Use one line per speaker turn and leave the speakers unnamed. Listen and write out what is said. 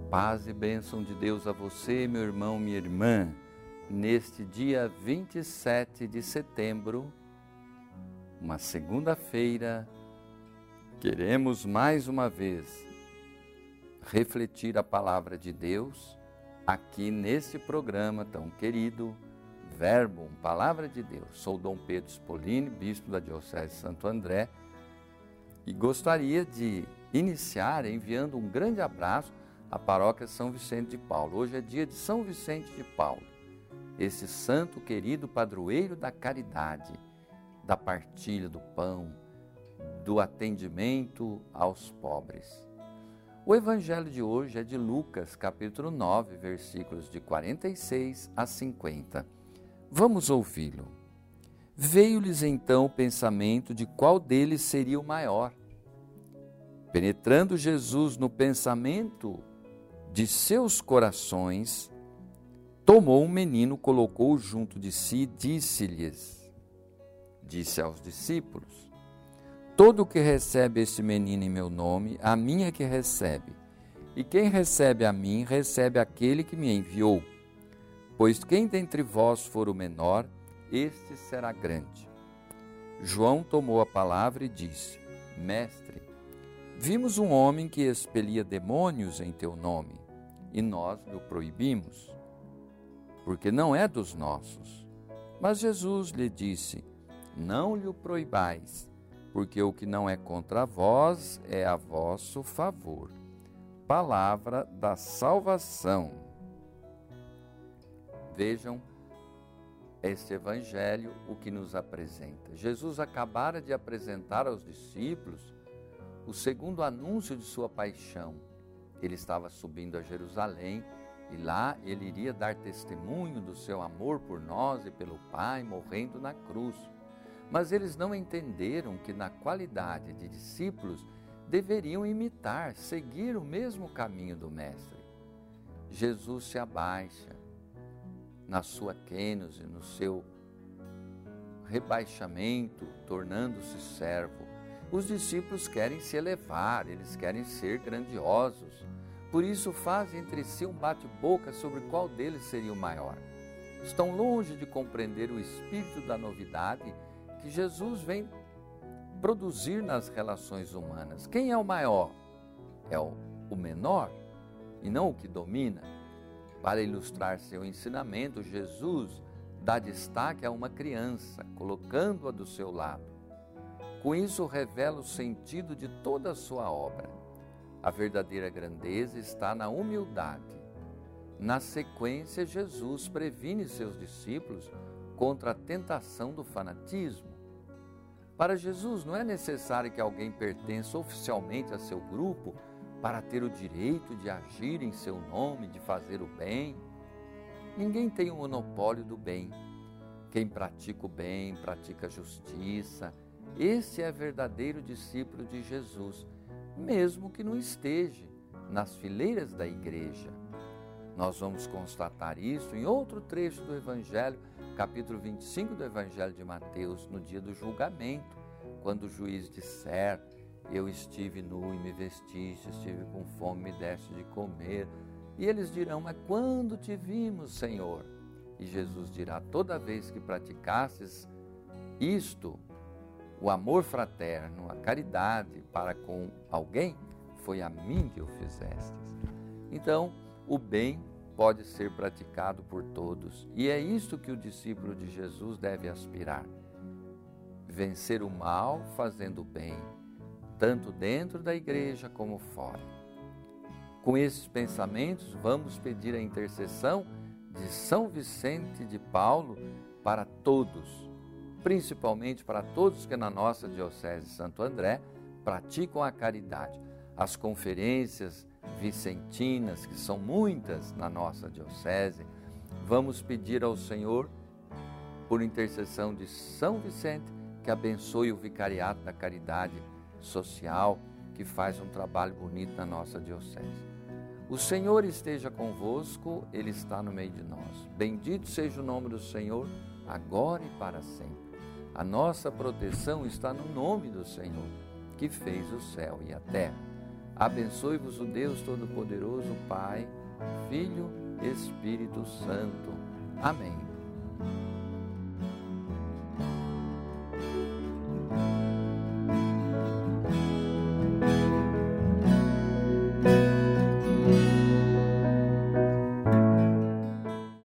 Paz e bênção de Deus a você, meu irmão, minha irmã. Neste dia 27 de setembro, uma segunda-feira, queremos mais uma vez refletir a palavra de Deus aqui neste programa tão querido, Verbo, Palavra de Deus. Sou Dom Pedro Spolini, bispo da Diocese de Santo André, e gostaria de iniciar enviando um grande abraço à paróquia São Vicente de Paulo. Hoje é dia de São Vicente de Paulo, esse santo querido padroeiro da caridade, da partilha do pão, do atendimento aos pobres. O evangelho de hoje é de Lucas, capítulo 9, versículos de 46 a 50. Vamos ouvi-lo. Veio-lhes então o pensamento de qual deles seria o maior. Penetrando Jesus no pensamento de seus corações, tomou um menino, colocou-o junto de si e disse aos discípulos: todo o que recebe este menino em meu nome, a mim é que recebe. E quem recebe a mim, recebe aquele que me enviou. Pois quem dentre vós for o menor, este será grande. João tomou a palavra e disse: Mestre, vimos um homem que expelia demônios em teu nome, e nós lhe o proibimos, porque não é dos nossos. Mas Jesus lhe disse: não lhe o proibais, porque o que não é contra vós é a vosso favor. Palavra da salvação. Vejam este evangelho, o que nos apresenta. Jesus acabara de apresentar aos discípulos o segundo anúncio de sua paixão. Ele estava subindo a Jerusalém e lá ele iria dar testemunho do seu amor por nós e pelo Pai, morrendo na cruz. Mas eles não entenderam que na qualidade de discípulos deveriam imitar, seguir o mesmo caminho do Mestre. Jesus se abaixa na sua kênose, no seu rebaixamento, tornando-se servo. Os discípulos querem se elevar, eles querem ser grandiosos. Por isso fazem entre si um bate-boca sobre qual deles seria o maior. Estão longe de compreender o espírito da novidade que Jesus vem produzir nas relações humanas. Quem é o maior? É o menor e não o que domina. Para ilustrar seu ensinamento, Jesus dá destaque a uma criança, colocando-a do seu lado. Com isso, revela o sentido de toda a sua obra. A verdadeira grandeza está na humildade. Na sequência, Jesus previne seus discípulos contra a tentação do fanatismo. Para Jesus, não é necessário que alguém pertença oficialmente a seu grupo para ter o direito de agir em seu nome, de fazer o bem. Ninguém tem o monopólio do bem. Quem pratica o bem, pratica a justiça. Esse é verdadeiro discípulo de Jesus, mesmo que não esteja nas fileiras da igreja. Nós vamos constatar isso em outro trecho do Evangelho, capítulo 25 do Evangelho de Mateus, no dia do julgamento, quando o juiz disser: eu estive nu e me vestiste, estive com fome e me deste de comer. E eles dirão: mas quando te vimos, Senhor? E Jesus dirá: toda vez que praticasses isto, o amor fraterno, a caridade para com alguém, foi a mim que o fizestes. Então, o bem pode ser praticado por todos. E é isto que o discípulo de Jesus deve aspirar. Vencer o mal fazendo o bem, tanto dentro da igreja como fora. Com esses pensamentos, vamos pedir a intercessão de São Vicente de Paulo para todos, principalmente para todos que na nossa Diocese de Santo André praticam a caridade. As conferências vicentinas, que são muitas na nossa Diocese, vamos pedir ao Senhor, por intercessão de São Vicente, que abençoe o vicariato da caridade social, que faz um trabalho bonito na nossa Diocese. O Senhor esteja convosco, Ele está no meio de nós. Bendito seja o nome do Senhor, agora e para sempre. A nossa proteção está no nome do Senhor, que fez o céu e a terra. Abençoe-vos o Deus Todo-Poderoso, Pai, Filho, Espírito Santo. Amém.